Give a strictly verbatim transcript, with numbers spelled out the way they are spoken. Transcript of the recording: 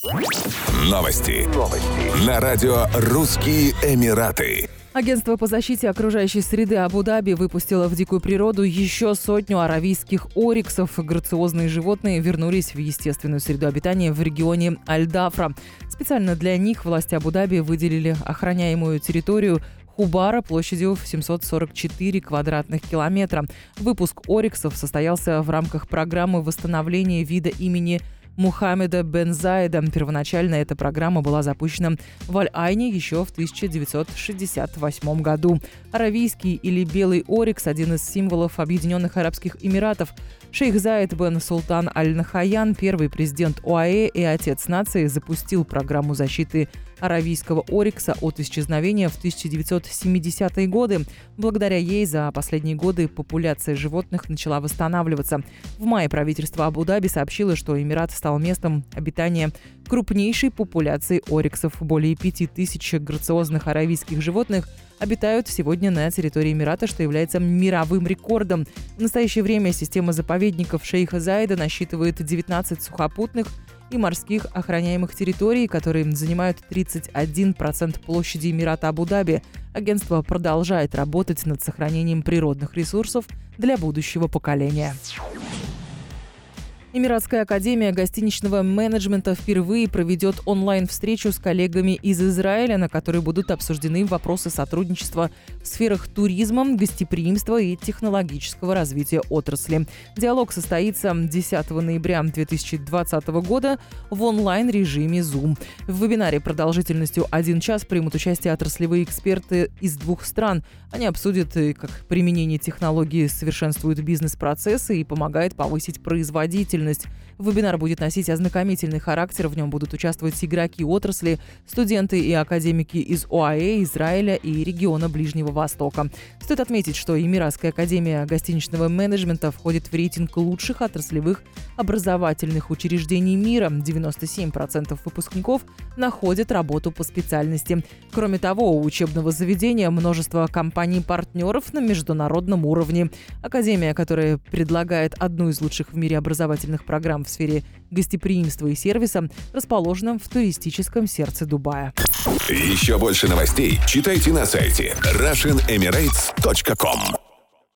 Новости. Новости. На радио «Русские Эмираты». Агентство по защите окружающей среды Абу-Даби выпустило в дикую природу еще сотню аравийских ориксов. Грациозные животные вернулись в естественную среду обитания в регионе Аль-Дафра. Специально для них власти Абу-Даби выделили охраняемую территорию Хубара площадью в семьсот сорок четыре квадратных километра. Выпуск ориксов состоялся в рамках программы восстановления вида имени Мухаммеда бен Заида. Первоначально эта программа была запущена в Аль-Айне еще в тысяча девятьсот шестьдесят восьмом году. Аравийский или белый орикс – один из символов Объединенных Арабских Эмиратов. Шейх Заид бен Султан Аль-Нахаян, первый президент ОАЭ и отец нации, запустил программу защиты аравийского орикса от исчезновения в тысяча девятьсот семидесятые годы. Благодаря ей за последние годы популяция животных начала восстанавливаться. В мае правительство Абу-Даби сообщило, что Эмират стал местом обитания крупнейшей популяции ориксов. Более пяти тысяч грациозных аравийских животных обитают сегодня на территории Эмирата, что является мировым рекордом. В настоящее время система заповедников Шейха Заида насчитывает девятнадцать сухопутных и морских охраняемых территорий, которые занимают тридцать один процент площади Эмирата Абу-Даби. Агентство продолжает работать над сохранением природных ресурсов для будущего поколения. Эмиратская академия гостиничного менеджмента впервые проведет онлайн-встречу с коллегами из Израиля, на которой будут обсуждены вопросы сотрудничества в сферах туризма, гостеприимства и технологического развития отрасли. Диалог состоится десятого ноября две тысячи двадцатого года в онлайн-режиме Zoom. В вебинаре продолжительностью один час примут участие отраслевые эксперты из двух стран. Они обсудят, как применение технологий совершенствует бизнес-процессы и помогает повысить производительность. Вебинар будет носить ознакомительный характер. В нем будут участвовать игроки отрасли, студенты и академики из ОАЭ, Израиля и региона Ближнего Востока. Стоит отметить, что Эмиратская академия гостиничного менеджмента входит в рейтинг лучших отраслевых образовательных учреждений мира. девяносто семь процентов выпускников находят работу по специальности. Кроме того, у учебного заведения множество компаний-партнеров на международном уровне. Академия, которая предлагает одну из лучших в мире образовательных программ в сфере гостеприимства и сервиса, расположена в туристическом сердце Дубая. Еще больше новостей читайте на сайте Russian Emirates точка ком.